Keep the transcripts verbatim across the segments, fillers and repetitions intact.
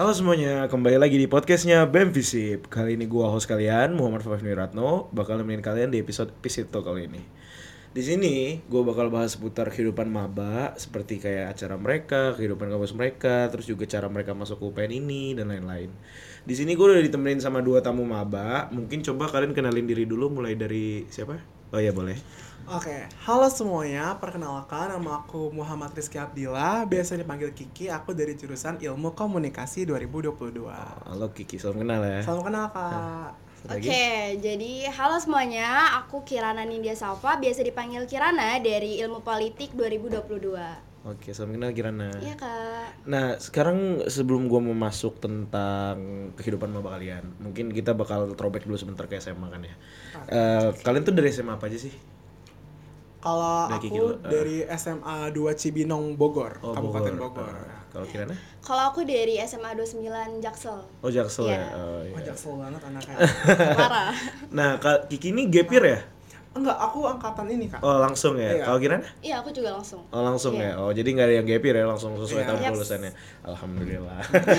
Halo semuanya, kembali lagi di podcastnya B E M Visip. Kali ini gua host kalian, Muhammad Fafif Wiratno, bakal nemenin kalian di episode Visito kali ini. Di sini gua bakal bahas seputar kehidupan maba, seperti kayak acara mereka, kehidupan kampus mereka, terus juga cara mereka masuk ke U P N ini dan lain-lain. Di sini gua udah ditemenin sama dua tamu maba. Mungkin coba kalian kenalin diri dulu, mulai dari siapa? Oh iya boleh. Oke, halo semuanya, perkenalkan nama aku Muhammad Rizky Abdillah, biasa dipanggil Kiki, aku dari jurusan Ilmu Komunikasi dua ribu dua puluh dua. Halo Kiki, salam kenal ya. Salam kenal Kak. Satu Oke, lagi. jadi halo semuanya, aku Kirana Nindya Salva, biasa dipanggil Kirana dari Ilmu Politik dua ribu dua puluh dua. Oke, salam kenal Kirana. Iya Kak. Nah, sekarang sebelum gua mau masuk tentang kehidupan maba kalian, mungkin kita bakal throwback dulu sebentar ke S M A kan ya. Eh, kalian tuh dari S M A apa aja sih? Kalau Dari Kiki aku dulu, uh. dari S M A dua Cibinong, Bogor, Oh, Kabupaten Bogor. Bogor. Eh, kalau Kirana? Kalau aku dari S M A dua puluh sembilan Jaksel. Oh, Jaksel ya. Iya. Oh, iya. Wah, jaksel banget anaknya. Parah. Nah, Kak Kiki ini gap year ya? Enggak, aku angkatan ini Kak. Oh, langsung ya. Iya. Kalau Kirana? Iya, aku juga langsung. Oh, langsung Iya. ya. Oh, jadi nggak ada yang gap year ya, langsung sesuai Iya. tahun Yaps. kelulusannya. Alhamdulillah.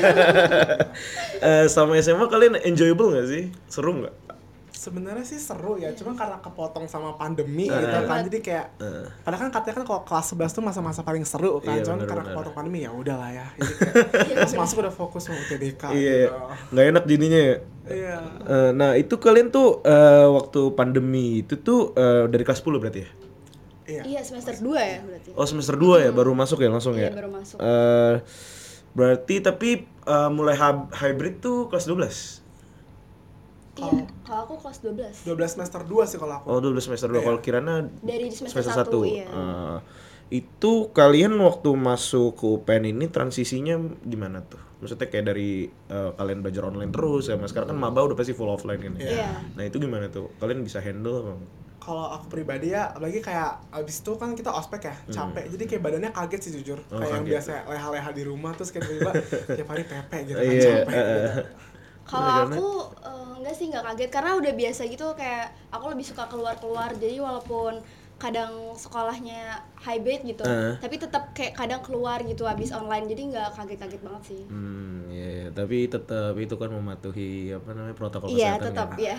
Eh, sama S M A kalian enjoyable nggak sih? Seru nggak? Sebenarnya sih seru ya, cuma karena kepotong sama pandemi Uh, gitu kan, uh. jadi kayak Uh. padahal kan katanya kan kalau kelas sebelas tuh masa-masa paling seru kan, Iya, cuman bener, karena bener. kepotong pandemi ya udahlah ya. Jadi kayak pas masuk udah fokus sama U T B K Iya, gitu. nggak enak jadinya ya. Iya. Eh, nah, itu kalian tuh eh, waktu pandemi itu tuh eh, dari kelas sepuluh berarti ya? Iya. Iya, semester dua ya berarti. Oh, semester dua ya baru masuk ya langsung Iya, ya? baru masuk. Eh, berarti tapi eh, mulai hab- hybrid tuh kelas dua belas. Iya, kalau aku kelas dua belas. dua belas semester dua sih kalau aku. Oh, dua belas semester dua. Iya. Kalau Kirana Dari semester, semester satu, satu. iya. Eh, itu kalian waktu masuk ke U P N ini transisinya gimana tuh? Maksudnya kayak dari eh, kalian belajar online terus ya, mas sekarang kan maba udah pasti full offline kan ya. Iya. Nah, itu gimana tuh? Kalian bisa handle apa? Kalau aku pribadi ya, apalagi kayak abis itu kan kita ospek ya, capek. Jadi kayak badannya kaget sih jujur. Hmm. Oh, kayak yang kaget. biasa leha-leha di rumah terus kayak tiba-tiba tiap hari pepe gitu kan, Iya, capek eh, gitu. Kalau Karena- aku eh, enggak sih enggak kaget karena udah biasa gitu, kayak aku lebih suka keluar-keluar, jadi walaupun kadang sekolahnya hybrid gitu, Uh. tapi tetap kayak kadang keluar gitu habis online, jadi nggak kaget-kaget banget sih. Hmm, ya, tapi tetap itu kan mematuhi apa namanya protokol Iya kesehatan. tetap kan? ya.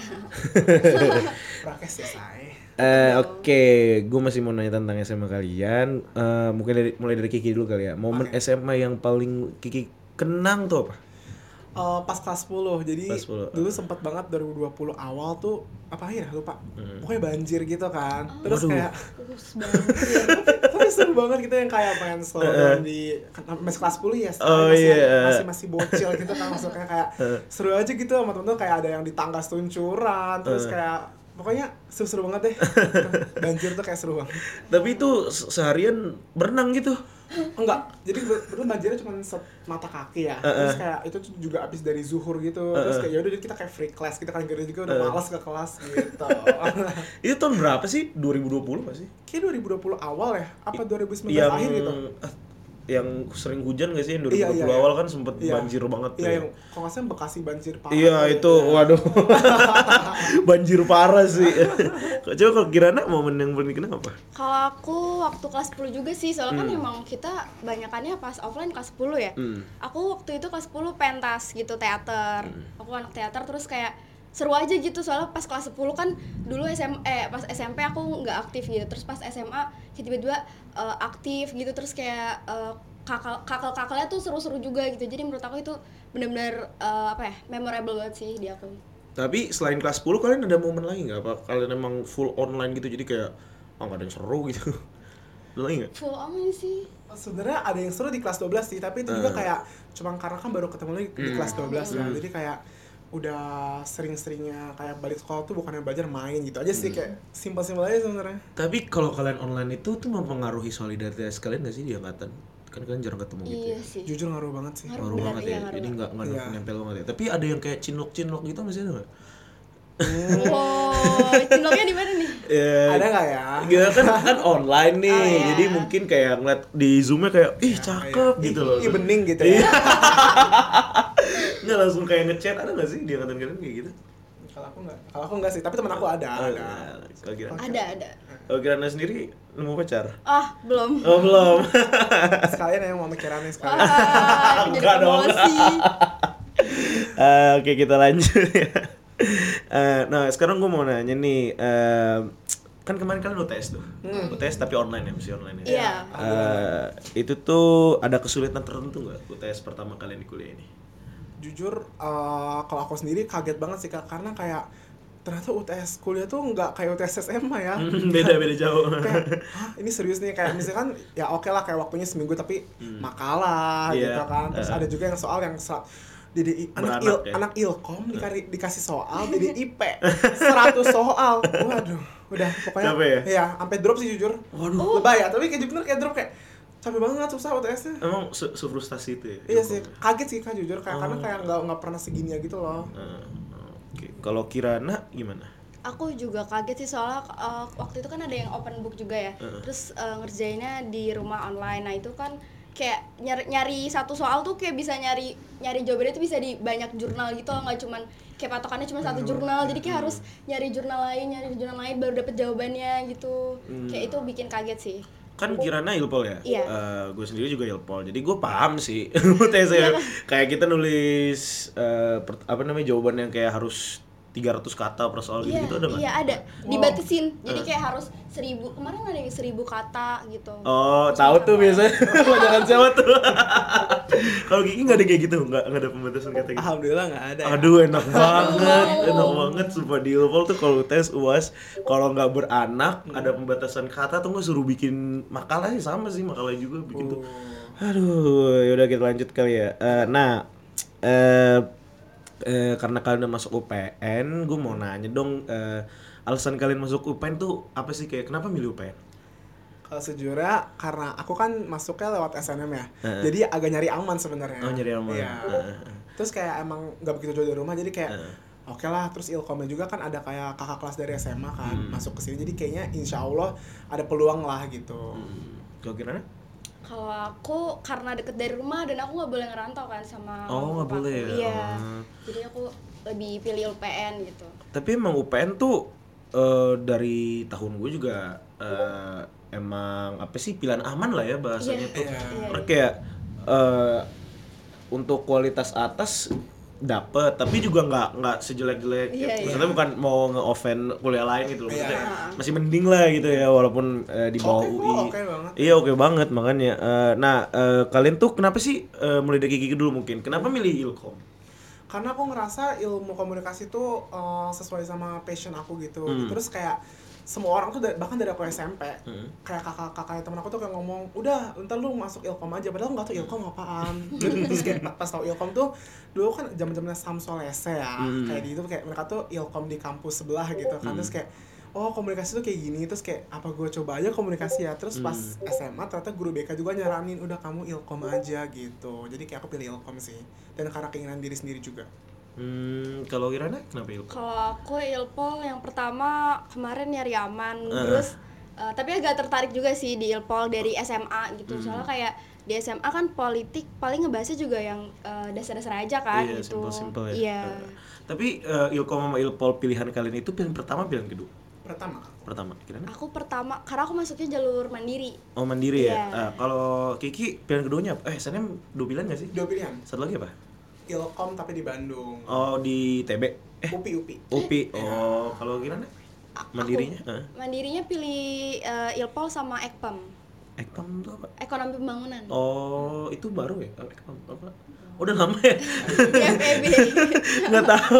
Prakes ya say. Eh, oke, gue masih mau nanya tentang S M A kalian. Eh, mungkin dari mulai dari Kiki dulu kali ya. Momen Oke. S M A yang paling Kiki kenang tuh apa? Eh, pas kelas sepuluh, jadi Kelas sepuluh, dulu sempet banget dua ribu dua puluh awal tuh apa ya lupa, Hmm. pokoknya banjir gitu kan, terus Waduh. kayak Terus banget. tapi seru banget gitu yang kayak pengen slowdown di kan masih kelas sepuluh ya, Oh, masih, iya. masih masih bocil gitu kan, masuknya kayak seru aja gitu sama temen-temen, kayak ada yang di tangga seluncuran, terus kayak pokoknya seru-seru banget deh. Banjir tuh kayak seru banget. Tapi itu se- seharian berenang gitu. Enggak, jadi betul banjirnya cuma set mata kaki ya. Terus kayak itu tuh juga abis dari zuhur gitu. Terus kayak yaudah kita kayak free class, kita kan juga udah malas ke kelas gitu. Itu tahun berapa sih? dua ribu dua puluh nggak sih? Kayak dua ribu dua puluh awal ya, apa dua ribu sembilan Yang belas akhir gitu. ah, yang sering hujan nggak sih? Yang Iya, 2020 iya, iya. awal kan sempet Iya. banjir banget tuh. Iya, ya. yang kalau nggak salah Bekasi banjir parah. Iya tuh. itu, Iya. waduh, banjir parah sih. Coba kalau Kirana momen yang paling kenang apa? Kalau aku waktu kelas sepuluh juga sih, soalnya kan emang kita banyakannya pas offline kelas sepuluh ya. Hmm. Aku waktu itu kelas sepuluh pentas gitu, teater. Aku anak teater, terus kayak seru aja gitu, soalnya pas kelas sepuluh kan dulu S M eh pas S M P aku nggak aktif gitu, terus pas S M A kayak tiba-tiba eh, aktif gitu, terus kayak eh, kakak kakak kakaknya tuh seru-seru juga gitu, jadi menurut aku itu benar-benar eh, apa ya, memorable banget sih di aku. Tapi selain kelas sepuluh kalian ada momen lagi nggak? Apa kalian emang full online gitu jadi kayak oh nggak ada yang seru gitu? Ada lagi nggak? Full online sih. Sebenarnya ada yang seru di kelas dua belas sih, tapi itu juga kayak cuma karena kan baru ketemu lagi di kelas dua belas kan. Jadi kayak udah sering-seringnya kayak balik sekolah tuh bukannya belajar main gitu aja sih, kayak simpel-simpel aja sebenarnya. Tapi kalau kalian online itu tuh mempengaruhi solidaritas kalian nggak sih di angkatan? Kan kalian jarang ketemu gitu Iya ya. sih. Jujur ngaruh banget sih. Ngaruh. Ngaruh Benar, banget iya, ya. ngaruh Jadi nggak nggak Iya. nempel banget ya. Tapi ada yang kayak cinlok-cinlok gitu masih ada nggak? Wow, cinloknya di mana nih? Ya, Ada nggak ya? gitu kan kan online nih. Oh, iya. Jadi mungkin kayak ngeliat di Zoom-nya kayak ih cakep gitu loh. Ih, bening gitu ya. Nggak langsung kayak ngechat, ada nggak sih di angkatan kalian kayak gitu? Kalau aku nggak, kalau aku nggak sih, tapi temen aku ada, Oh, ada. Kalau Kirana, Ada, ada. kalau Kirana sendiri nemu pacar? Ah, belum. Oh belum. Sekalian yang mau mikirannya sekalian. Wah, jadi Enggak dong. promosi. Eh, Oke kita lanjut ya. Eh, nah sekarang gue mau nanya nih, eh, kan kemarin kalian U T S tuh, Hmm. U T S tapi online ya, mesti online ya. Iya. Eh, itu tuh ada kesulitan tertentu nggak U T S pertama kalian di kuliah ini? Jujur, uh, kalau aku sendiri kaget banget sih Kak, karena kayak ternyata U T S kuliah tuh nggak kayak U T S S M A ya. beda beda jauh. Kayak, hah ini serius nih, kayak misalkan ya oke lah kayak waktunya seminggu tapi makalah Iya. gitu kan. Terus Uh. ada juga yang soal yang sa- D D I, anak Beranak il, ya? anak ilkom dikari, dikasih soal D D I P seratus soal. Waduh, udah pokoknya Capek ya? iya, sampai drop sih jujur. Waduh. Lebay ya, tapi kayak bener kayak drop kayak capek banget susah U T S-nya. Emang se sefrustasi itu ya? Iya sih, kaget sih Kak jujur kayak karena Oh. kayak nggak nggak pernah segini gitu loh. Uh, Oke, kalau Kirana gimana? Aku juga kaget sih soalnya uh, waktu itu kan ada yang open book juga ya. Uh-uh. Terus uh, ngerjainnya di rumah online. Nah, itu kan kayak nyari, nyari satu soal tuh kayak bisa nyari nyari jawabannya itu bisa di banyak jurnal gitu loh, nggak cuman kayak patokannya cuma satu jurnal. Jadi kayak harus nyari jurnal lain, nyari jurnal lain baru dapet jawabannya gitu. Hmm. Kayak itu bikin kaget sih. Kan Kirana Ilpol ya? Iya. Uh, gue sendiri juga Ilpol, jadi gue paham sih U T S ya. Kayak kita nulis uh, per- apa namanya jawaban yang kayak harus tiga ratus kata per soal Iya, gitu-gitu ada nggak? iya ada. Wow. Dibatasin. Jadi Uh. kayak harus seribu. Kemarin ada yang seribu kata gitu. Oh, tahu tuh biasanya pelajaran siapa tuh. Kalau Kiki nggak ada kayak gitu, nggak nggak ada pembatasan kata gitu. Alhamdulillah nggak ada. Ya. Aduh enak banget, enak banget sumpah di Ilpol tuh kalau tes U A S kalau nggak beranak ada pembatasan kata tuh nggak suruh bikin makalah sih sama sih makalah juga bikin tuh. Aduh, yaudah kita lanjut kali ya. Eh, nah, eh, eh, karena kalian udah masuk U P N, gue mau nanya dong, eh, alasan kalian masuk U P N tuh apa sih, kayak kenapa milih U P N? Kalau sejujurnya karena aku kan masuknya lewat S N M ya, Uh-uh. jadi agak nyari aman sebenarnya. Oh, nyari aman. Iya. Uh-uh. Terus kayak emang nggak begitu jauh dari rumah, jadi kayak Uh-uh. oke lah. Terus ilkomnya juga kan ada kayak kakak kelas dari S M A kan Hmm. masuk ke sini, jadi kayaknya insya Allah ada peluang lah gitu. Hmm. Kau kira? Kalau aku karena deket dari rumah dan aku nggak boleh ngerantau kan sama Oh, orang nggak tua boleh aku. ya? Iya. Oh. Jadi aku lebih pilih U P N gitu. Tapi emang U P N tuh eh, dari tahun gue juga eh, emang apa sih pilihan aman lah ya bahasanya Iya, tuh. iya. Karena kayak eh, untuk kualitas atas dapet, tapi juga nggak nggak sejelek-jelek. Iya, iya. Maksudnya bukan mau nge-offend kuliah lain gitu loh. Maksudnya Iya. masih mending lah gitu ya walaupun eh, di bawah Oke U I. kok, oke banget. Iya oke banget makanya. Eh, nah eh, kalian tuh kenapa sih eh, mulai dari Kiki dulu mungkin? Kenapa milih Ilkom? Karena aku ngerasa ilmu komunikasi tuh uh, sesuai sama passion aku gitu. Hmm. Terus kayak semua orang tuh da- bahkan dari aku S M P, Hmm. kayak kakak-kakak temen aku tuh kayak ngomong, udah ntar lu masuk ilkom aja, padahal nggak tahu ilkom apaan. Terus kayak pas tau ilkom tuh dulu kan zaman-zamannya Samsolese ya, Hmm. kayak gitu kayak mereka tuh ilkom di kampus sebelah gitu kan. Terus kayak oh komunikasi tuh kayak gini, terus kayak apa gue coba aja komunikasi ya. Terus pas S M A ternyata guru B K juga nyaranin udah kamu ilkom aja gitu. Jadi kayak aku pilih ilkom sih, dan karena keinginan diri sendiri juga. Hmm, kalau Kirana kenapa Ilkom? Kalau aku Ilpol yang pertama kemarin nyari aman, Uh. terus uh, tapi agak tertarik juga sih di Ilpol dari S M A gitu. Hmm. Soalnya kayak di S M A kan politik paling ngebahasnya juga yang uh, dasar-dasar aja kan Iya, gitu. simpel-simpel ya. Iya. Uh, tapi uh, Ilkom sama Ilpol pilihan kalian itu pilihan pertama, pilihan kedua? Pertama, Pertama, Kirana? Aku pertama karena aku masuknya jalur mandiri. Oh mandiri ya. Iya. Uh, kalau Kiki pilihan keduanya apa? Eh, S N M dua pilihan nggak sih? dua pilihan. Satu lagi apa? Ilkom tapi di Bandung. Oh di T B. Eh, U P U P. U P I. Oh, kalau Kirana? A- Mandirinya? aku Uh. mandirinya pilih uh, Ilpol sama Ekpem, Ekpam itu apa? ekonomi pembangunan. Oh, itu baru ya? Oh, Ekpam apa? Udah lama ya? Di F E B. Nggak tahu.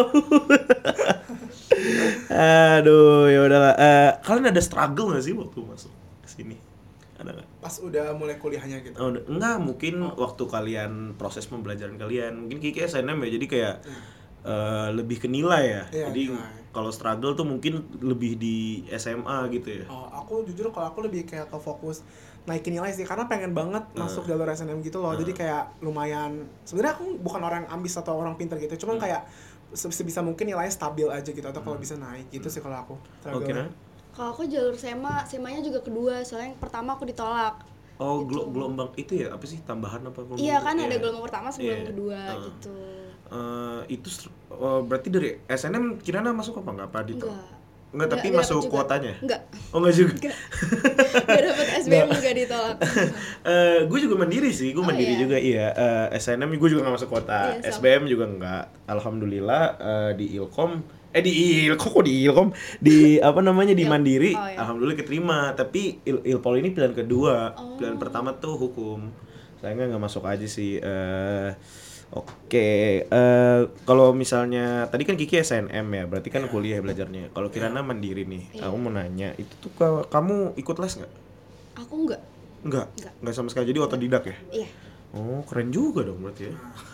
Aduh, ya udahlah. Eh, kalian ada struggle nggak sih waktu masuk ke sini? Ada nggak? Pas udah mulai kuliahnya gitu. Oh, enggak, mungkin waktu kalian proses pembelajaran kalian. Mungkin Kiki S N M ya, jadi kayak eh, lebih ke nilai ya. Iya, Jadi nilai. kalau struggle tuh mungkin lebih di S M A gitu ya. Oh, aku jujur kalau aku lebih kayak ke fokus naikin nilai sih, karena pengen banget masuk jalur S N M gitu loh. Jadi kayak lumayan, sebenarnya aku bukan orang yang ambis atau orang pintar gitu, cuman kayak se- sebisa mungkin nilainya stabil aja gitu, atau kalau bisa naik gitu sih kalau aku. Oke, struggle-nya. nah. Kalau aku jalur S E M A, S E M A-nya juga kedua, soalnya yang pertama aku ditolak. Oh, gelo- gelombang itu ya apa sih tambahan apa gelombang? Iya kan, ada Iya. gelombang pertama sebelum Iya. kedua Uh. gitu. Eh, itu str- oh, berarti dari S N M Kirana masuk apa nggak? Apa ditolak? Enggak. Enggak, tapi Nggak masuk dapet juga. kuotanya? Enggak. Oh enggak juga? Enggak. Enggak dapet S B M juga ditolak. Eh, gue juga mandiri sih, gue Oh, mandiri iya. juga iya. Eh, S N M gue juga nggak masuk kuota, Iya, S sama. B M juga nggak. Alhamdulillah eh, di Ilkom, eh di Ilkom kok di Ilkom, di apa namanya di Il- Mandiri, oh, iya. alhamdulillah keterima. Tapi Il Ilpol ini pilihan kedua, Oh. pilihan pertama tuh hukum. Sayangnya nggak masuk aja sih. Eh, Oke, eh kalau misalnya tadi kan Kiki S N M ya, berarti kan kuliah belajarnya. Kalau Kirana mandiri nih, Iya. aku mau nanya, itu tuh ka- kamu ikut les nggak? Aku enggak. Enggak, Enggak. enggak sama sekali. Jadi otodidak ya? Iya. Oh, keren juga dong berarti ya.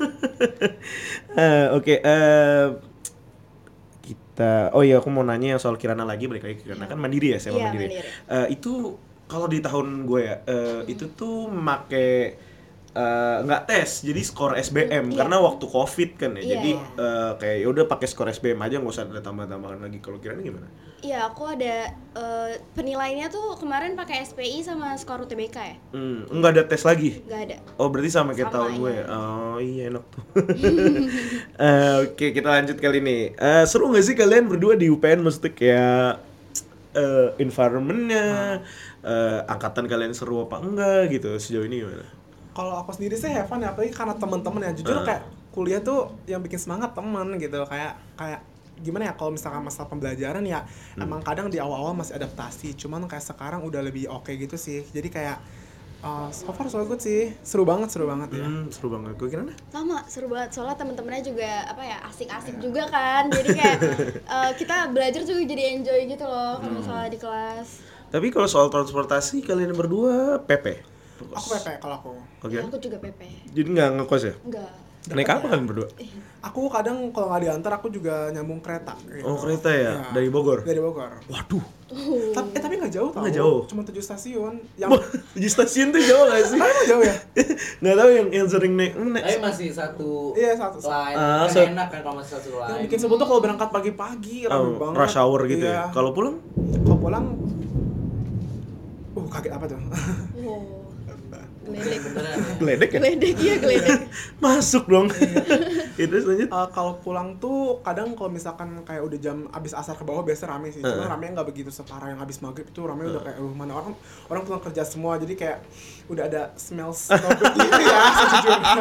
Eh, Oke, eh, kita, oh iya aku mau nanya soal Kirana lagi, balik lagi ke Kirana kan mandiri ya, saya Iya, mandiri. mandiri. Eh, itu kalau di tahun gue ya, eh, itu tuh make eh, nggak tes, jadi skor S B M Iya. karena waktu COVID kan ya. Iya. Jadi eh, kayak ya udah pakai skor S B M aja, nggak usah ada tambah-tambahan lagi. Kalau Kirana gimana? Iya, aku ada eh, penilaiannya tuh kemarin pakai S P I sama skor U T B K ya. Hmm, nggak ada tes lagi. Enggak ada. Oh berarti sama kayak Sama, tahun gue iya. ya? Oh iya enak tuh. Eh, Oke kita lanjut kali ini. Eh, seru gak sih kalian berdua di U P N? Maksudnya kayak eh, environment-nya, eh, angkatan kalian seru apa enggak gitu sejauh ini gimana? Kalau aku sendiri sih have fun ya, apalagi karena teman-teman ya. Jujur Uh. kayak kuliah tuh yang bikin semangat temen gitu. Kayak kayak gimana ya, kalau misalkan masalah pembelajaran ya emang kadang di awal-awal masih adaptasi. Cuman kayak sekarang udah lebih oke gitu sih. Jadi kayak uh, so far so good sih. Seru banget, seru banget ya. Hmm, seru banget. Gue kira Sama, seru banget. Soalnya teman-temannya juga apa ya, asik-asik juga kan. Jadi kayak eh, kita belajar juga jadi enjoy gitu loh kalau misalnya di kelas. Tapi kalau soal transportasi kalian berdua P P? Aku P P kalau aku. Oke. Ya, aku juga P P. Jadi nggak ngekos ya? Enggak. Naik apa kalian berdua? Aku kadang kalau nggak diantar aku juga nyambung kereta gitu. Oh kereta ya? Iya. Dari Bogor? Dari Bogor. Waduh. Tapi eh, tapi nggak jauh tau. Nggak jauh? Cuma tujuh stasiun. Yang Wah, di stasiun tuh jauh gak sih? emang jauh ya? Nggak tahu yang yang sering naik. naik Tapi masih satu Iya, satu. line. Ah, Kan so- enak kan kalau masih satu Yang line. bikin sebut tuh kalau berangkat pagi-pagi rame Oh, banget. rush hour gitu Iya. ya. Kalau pulang? Kalau pulang, uh kaget apa tuh? Wow. Geledek. Beneran ya. Geledek ya? Geledek, iya geledek. Masuk dong. Itu lanjut. Uh, kalau pulang tuh kadang kalau misalkan kayak udah jam abis asar ke bawah biasa rame sih. Cuma rame nggak begitu separah yang abis maghrib itu rame udah kayak uh, mana orang orang pulang kerja semua jadi kayak udah ada smell strawberry gitu ya sejujurnya.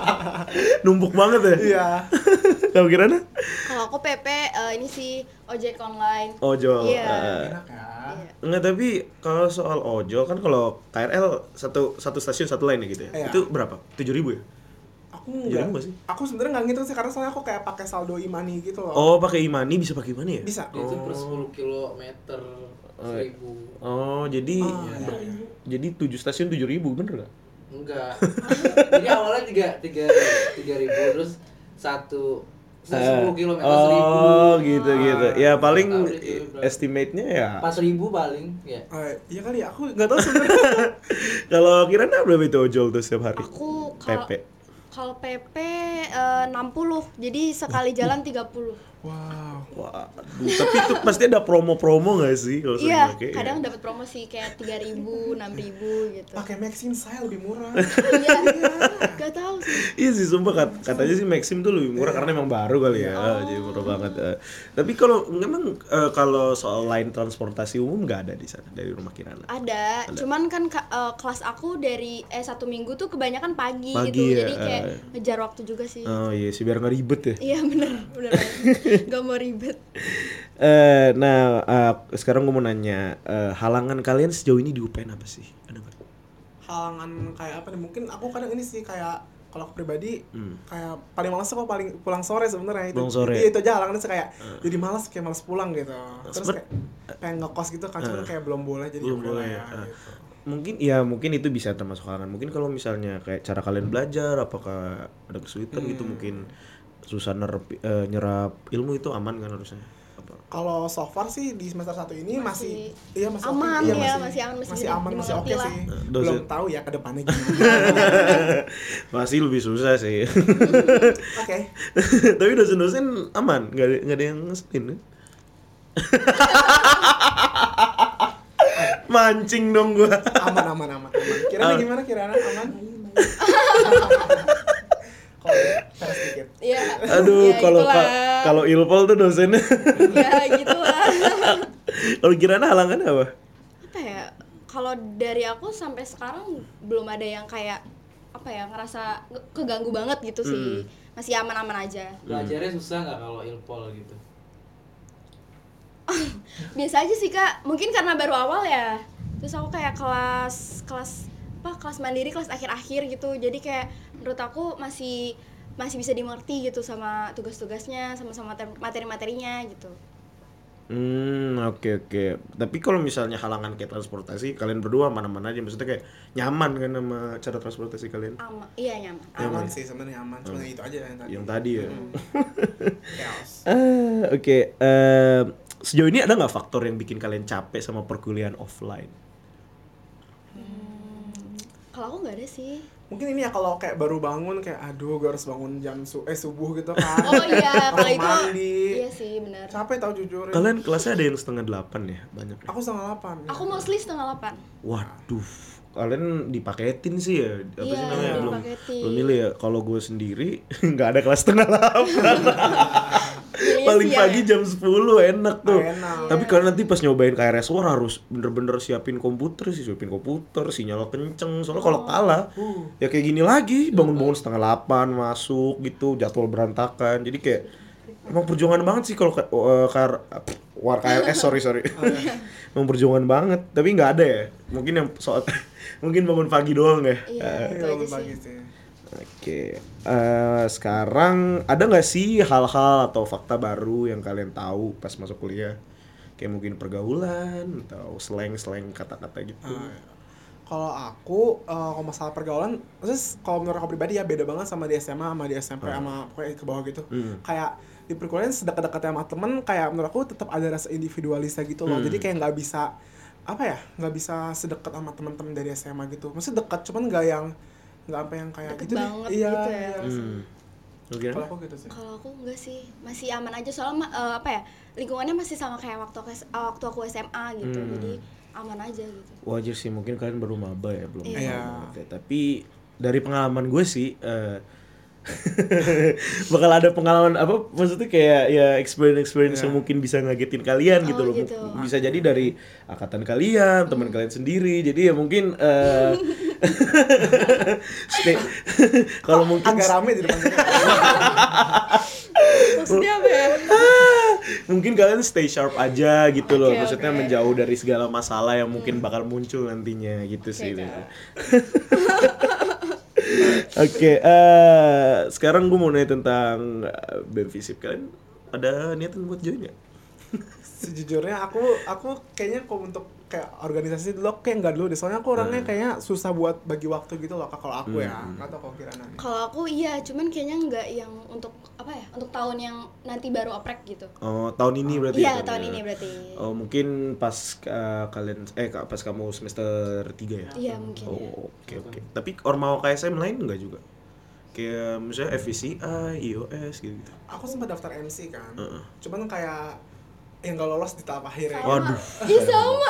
Numpuk banget ya? Iya. Kamu kira nah? Kalau aku P P eh, ini sih ojek online. Ojol. Iya. Eh, Enak ya. Iya. Enggak, tapi kalau soal ojol kan kalau K R L satu satu stasiun satu line ya gitu ya. Iya. Itu berapa? tujuh ribu ya? Aku Iya, enggak. nggak sih? Aku sebenarnya nggak ngitung sih karena soalnya aku kayak pakai saldo e-money gitu loh. Oh, pakai e-money bisa pakai e-money ya? Bisa. Itu per sepuluh kilometer Oh, iya. seribu. Oh, jadi Oh, iya, iya. jadi tujuh stasiun tujuh ribu bener gak? Enggak. Jadi awalnya tiga tiga tiga ribu terus satu sepuluh kilometer seribu. Oh, gitu gitu. Ya paling Tahu deh itu berapa. estimate-nya ya. Empat ribu paling ya. Oh, iya kali ya, aku nggak tahu sebenarnya. Kalau Kirana berapa itu ojol tuh setiap hari? Aku P kalau P. kalau P P eh, enam puluh. Jadi sekali jalan tiga puluh. Wow. Waduh, tapi itu pasti ada promo-promo gak sih kalau sering Iya, pakai? kadang dapat promosi kayak tiga ribu, enam ribu gitu. Pakai Maxim saya lebih murah. Iya, gak tahu sih. Iya sih, sumpah kat, katanya sih Maxim tuh lebih murah karena emang baru kali ya, jadi murah banget. eh. Tapi kalau memang eh, kalau soal line transportasi umum nggak ada di sana dari rumah Kirana. Ada, cuman kan ka- eh, kelas aku dari eh satu minggu tuh kebanyakan pagi, Pagi gitu, ya, jadi kayak eh. ngejar waktu juga sih. Oh iya sih biar nggak ribet ya. Iya bener, bener banget. Gak mau ribet. Eh, nah eh, sekarang gue mau nanya eh, halangan kalian sejauh ini di U P N apa sih? Ada nggak? Halangan kayak apa nih? Mungkin aku kadang ini sih kayak kalau aku pribadi Hmm. kayak paling malas tuh kalau paling pulang sore sebenarnya itu. Pulang sore. Iya, itu aja halangannya sih kayak jadi malas kayak malas pulang gitu. Terus sempet- kayak pengen ngekos gitu kan cuman kayak belum boleh jadi Belum ya udah boleh, lah ah. gitu. Mungkin ya mungkin itu bisa termasuk halangan. Mungkin kalau misalnya kayak cara kalian belajar, apakah ada kesulitan gitu mungkin susah nerap, eh, nyerap ilmu itu aman kan harusnya? Apa? Kalau so far sih di semester satu ini masih, Masih iya masih aman oke. Iya, ya, masih aman, masih masih di- aman, masih oke dimengerti lah. sih. Dosen- Belum tahu ya ke depannya gimana. Pasti lebih susah sih. Oke. Tapi dosen-dosen aman, nggak ada nggak ada yang ngeselin kan? Mancing dong gua. Aman aman aman aman. Kirana gimana Kirana aman? Kalau terus dikit. Iya. Aduh, Ya, kalau itulah. ka- kalau Ilpol tuh dosennya Ya gitulah. Kalau Kirana halangannya apa? Apa ya? Kalau dari aku sampai sekarang belum ada yang kayak apa ya ngerasa nge- keganggu banget gitu sih. Masih aman-aman aja. Belajarnya susah nggak kalau ilpol gitu? Biasa aja sih Kak. Mungkin karena baru awal ya. Terus aku kayak kelas kelas apa? Kelas mandiri, kelas akhir-akhir gitu. Jadi kayak menurut aku masih masih bisa dimengerti gitu sama tugas-tugasnya, sama-sama materi- materi-materinya gitu. Hmm, oke oke. Tapi kalau misalnya halangan kayak transportasi, kalian berdua mana-mana aja, maksudnya kayak nyaman kan sama cara transportasi kalian? Ama, iya nyaman. Aman sih sebenarnya aman, cuma itu aja yang tadi. Yang tadi ya. Chaos. Ah, oke. Eh, sejauh ini ada nggak faktor yang bikin kalian capek sama perkuliahan offline? Kalau aku nggak ada sih. Mungkin ini ya kalau kayak baru bangun kayak aduh gue harus bangun jam su eh subuh gitu kan. Oh iya, kalau Langsung itu mandi. iya sih benar. Capek tau jujur. Kalian kelasnya ada yang setengah delapan ya, banyak. Ya? Aku setengah delapan. Aku mostly setengah delapan. Waduh, kalian dipaketin sih ya? Apa Iya, sih namanya? Belum, dipaketin. belum milih ya. Kalau gue sendiri nggak ada kelas setengah delapan. Milihnya Paling siang pagi ya? jam sepuluh enak tuh. Enak. Tapi kalian nanti pas nyobain K R S War harus bener-bener siapin komputer sih, siapin komputer, sinyal kenceng. Soalnya kalau kalah, Uh. ya kayak gini lagi, bangun-bangun setengah delapan masuk gitu, jadwal berantakan. Jadi kayak emang perjuangan banget sih kalau K- uh, K R War K R S sorry sorry. Emang perjuangan banget. Tapi nggak ada ya. Mungkin yang soal mungkin bangun pagi doang ya. Iya, Eh, itu Iya, aja pagi sih. sih. Oke, Eh, sekarang ada nggak sih hal-hal atau fakta baru yang kalian tahu pas masuk kuliah? Kayak mungkin pergaulan atau slang-slang kata-kata gitu. Ah, iya. Kalau aku eh, kalau masalah pergaulan, terus kalau menurut aku pribadi ya beda banget sama di S M A sama di S M P sama pokoknya ke bawah gitu. Hmm. Kayak di perkuliahan sedekat-dekatnya sama temen, kayak menurut aku tetap ada rasa individualisnya gitu loh. Hmm. Jadi kayak nggak bisa apa ya, nggak bisa sedekat sama teman-teman dari S M A gitu. Maksudnya dekat, cuman nggak yang nggak apa yang kayak Deket gitu deh. banget Iya, gitu ya. iya. Hmm. Oke. Kalau aku gitu sih. Kalau aku enggak sih, masih aman aja soalnya ma- eh, apa ya? Lingkungannya masih sama kayak waktu aku, S- eh, waktu aku S M A gitu. Hmm. Jadi aman aja gitu. Wajar sih, mungkin kalian baru maba ya, belum Iya. tahu banget ya. Tapi dari pengalaman gue sih, eh, bakal ada pengalaman apa? Maksudnya kayak ya experience-experience Iya. yang mungkin bisa ngagetin kalian gitu Oh, loh. gitu. Bisa jadi dari angkatan kalian, teman kalian sendiri. Jadi ya mungkin eh, stay- kalau mungkin Agak rame di depan sini. Maksudnya apa ya? mungkin kalian stay sharp aja gitu loh. Oke, Maksudnya oke. menjauh dari segala masalah yang mungkin bakal muncul nantinya gitu sih. oke. Oke, eh, sekarang gue mau nanya tentang eh, BEM FISIP. Kalian ada niatan buat join nggak? Sejujurnya aku aku kayaknya kalau untuk kayak organisasi dulu aku kayak nggak dulu deh, soalnya aku orangnya kayaknya susah buat bagi waktu gitu loh Kak, kalau aku ya nggak tahu kalau Kirana nih. Kalau aku iya, cuman kayaknya enggak yang untuk apa ya? Untuk tahun yang nanti baru oprek gitu. Oh, tahun ini berarti? Iya, ya, tahun ya? ini berarti. Oh, mungkin pas eh, kalian eh ka- pas kamu semester tiga ya? Iya, mungkin. ya. Oh, oke oke. Tapi ormawa K S M lain enggak juga? Kayak misalnya F V C I, I O S gitu. -gitu. Aku sempat daftar M C kan, Heeh. cuman kayak yang nggak lolos di tahap akhir ya. Waduh. Ih, sama.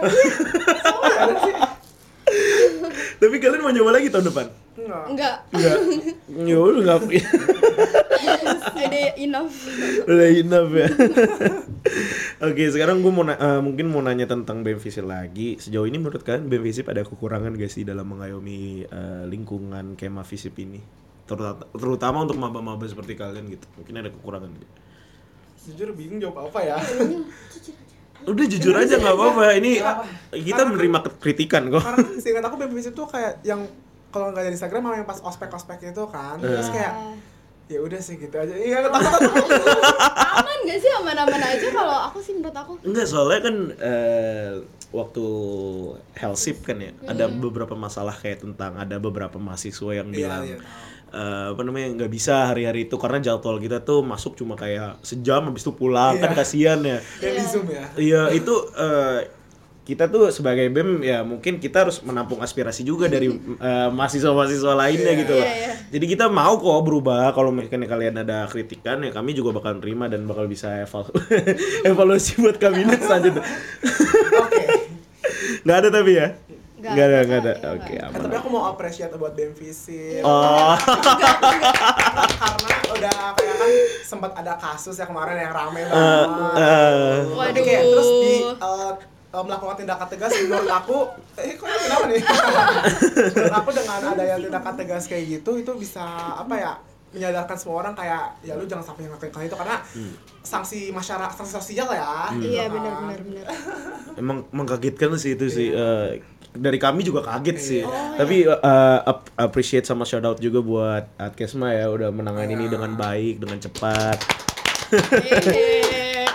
Tapi kalian mau nyoba lagi tahun depan? Enggak. Enggak. Enggak. Ya udah enggak. Ada enough. Udah enough ya. Oke, sekarang gue mau na- eh, mungkin mau nanya tentang BEM FISIP lagi. Sejauh ini menurut kalian BEM FISIP ada kekurangan gak sih dalam mengayomi eh, lingkungan kema FISIP ini? Terutama, terutama untuk maba-maba seperti kalian gitu. Mungkin ada kekurangan gitu. Jujur bingung jawab apa ya. Udah jujur aja nggak apa-apa. Ini kita menerima kritikan kok. Karena kan seingat aku B M P S itu kayak yang kalau nggak dari Instagram sama yang pas ospek-ospek itu kan, terus kayak ya udah sih gitu aja. Iya, takut Aman gak sih? Aman-aman aja kalau aku sih menurut aku. Enggak, soalnya kan eh, waktu Helsip kan ya, ada beberapa masalah kayak tentang ada beberapa mahasiswa yang Iya, bilang iya. eh, apa namanya nggak bisa hari-hari itu karena jadwal kita tuh masuk cuma kayak sejam habis itu pulang kan Iya. kasihan ya. Kayak di Zoom ya. Iya itu eh, kita tuh sebagai BEM ya mungkin kita harus menampung aspirasi juga dari eh, mahasiswa-mahasiswa lainnya Iya. gitu loh. Iya, iya. Jadi kita mau kok berubah kalau misalnya kalian ada kritikan ya kami juga bakal terima dan bakal bisa evalu- evaluasi buat kabinet selanjutnya. Oke. Nggak ada tapi ya. Nggak Nggak ada, ada, nggak ada. iya, Oke, nggak Eh, aman. tapi aku mau appreciate buat B M Visip. Oh. Karena udah kayak kan sempat ada kasus ya kemarin yang rame banget. eh. Tapi kayak terus di eh, eh, melakukan tindakan tegas menurut aku eh kok kenapa nih? Menurut aku dengan adanya tindakan tegas kayak gitu itu bisa apa ya? Menyadarkan semua orang kayak ya lu jangan sampai ngelakuin hal itu karena sanksi masyarakat sanksi sosial ya. Iya Gitu benar kan. benar benar. Emang mengkagetkan sih itu sih. Eh, dari kami juga kaget sih. Oh, Tapi eh, ap- appreciate sama shout out juga buat Adkesma ya udah menangani ini dengan baik, dengan cepat. Hehehe.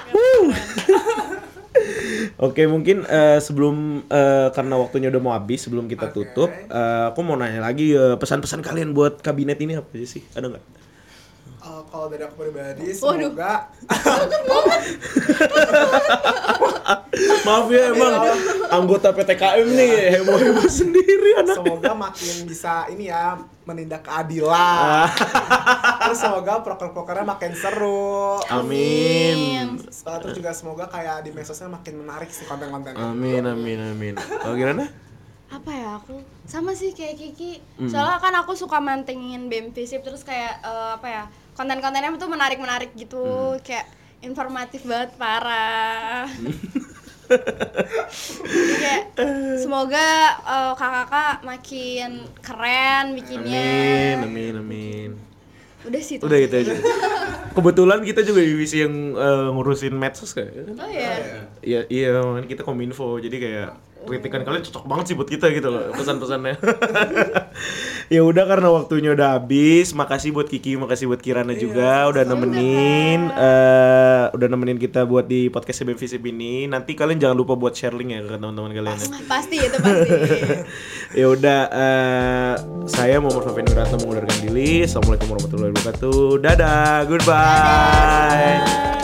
Oke, mungkin eh, sebelum eh, karena waktunya udah mau habis, sebelum kita Oke. tutup, eh, aku mau nanya lagi eh, pesan-pesan kalian buat kabinet ini apa sih? Ada nggak? Eh, kalau dari aku pribadi Waduh. semoga Maaf ya emang anggota P T K M nih heboh-heboh sendiri anak. semoga makin bisa ini ya menindak keadilan. Terus semoga proker-prokernya makin seru. Amin. Uh, terus juga semoga kayak di medsosnya makin menarik sih konten-kontennya. Amin amin amin. Kalau gimana? Apa ya aku sama sih kayak Kiki. Soalnya kan aku suka mantengin B M Visip terus kayak eh, apa ya konten-kontennya tuh menarik-menarik gitu kayak informatif banget parah. Jadi kayak semoga eh, kakak-kakak makin keren bikinnya. Amin amin amin. Udah sih. itu Udah sih. gitu aja. Kebetulan kita juga divisi yang eh, ngurusin medsos kayak. Oh ya. Iya iya, makanya kita kominfo jadi kayak kritikan kalian cocok banget sih buat kita gitu loh pesan-pesannya. Ya udah karena waktunya udah habis, makasih buat Kiki, makasih buat Kirana juga udah nemenin, eh udah nemenin kita buat di podcast B M Visip ini. Nanti kalian jangan lupa buat share link ya ke teman-teman kalian. Ya. Pasti itu pasti. Ya udah, eh saya Muhammad Fafen Wiratno mengundurkan diri. Assalamualaikum warahmatullahi wabarakatuh. Dadah, goodbye.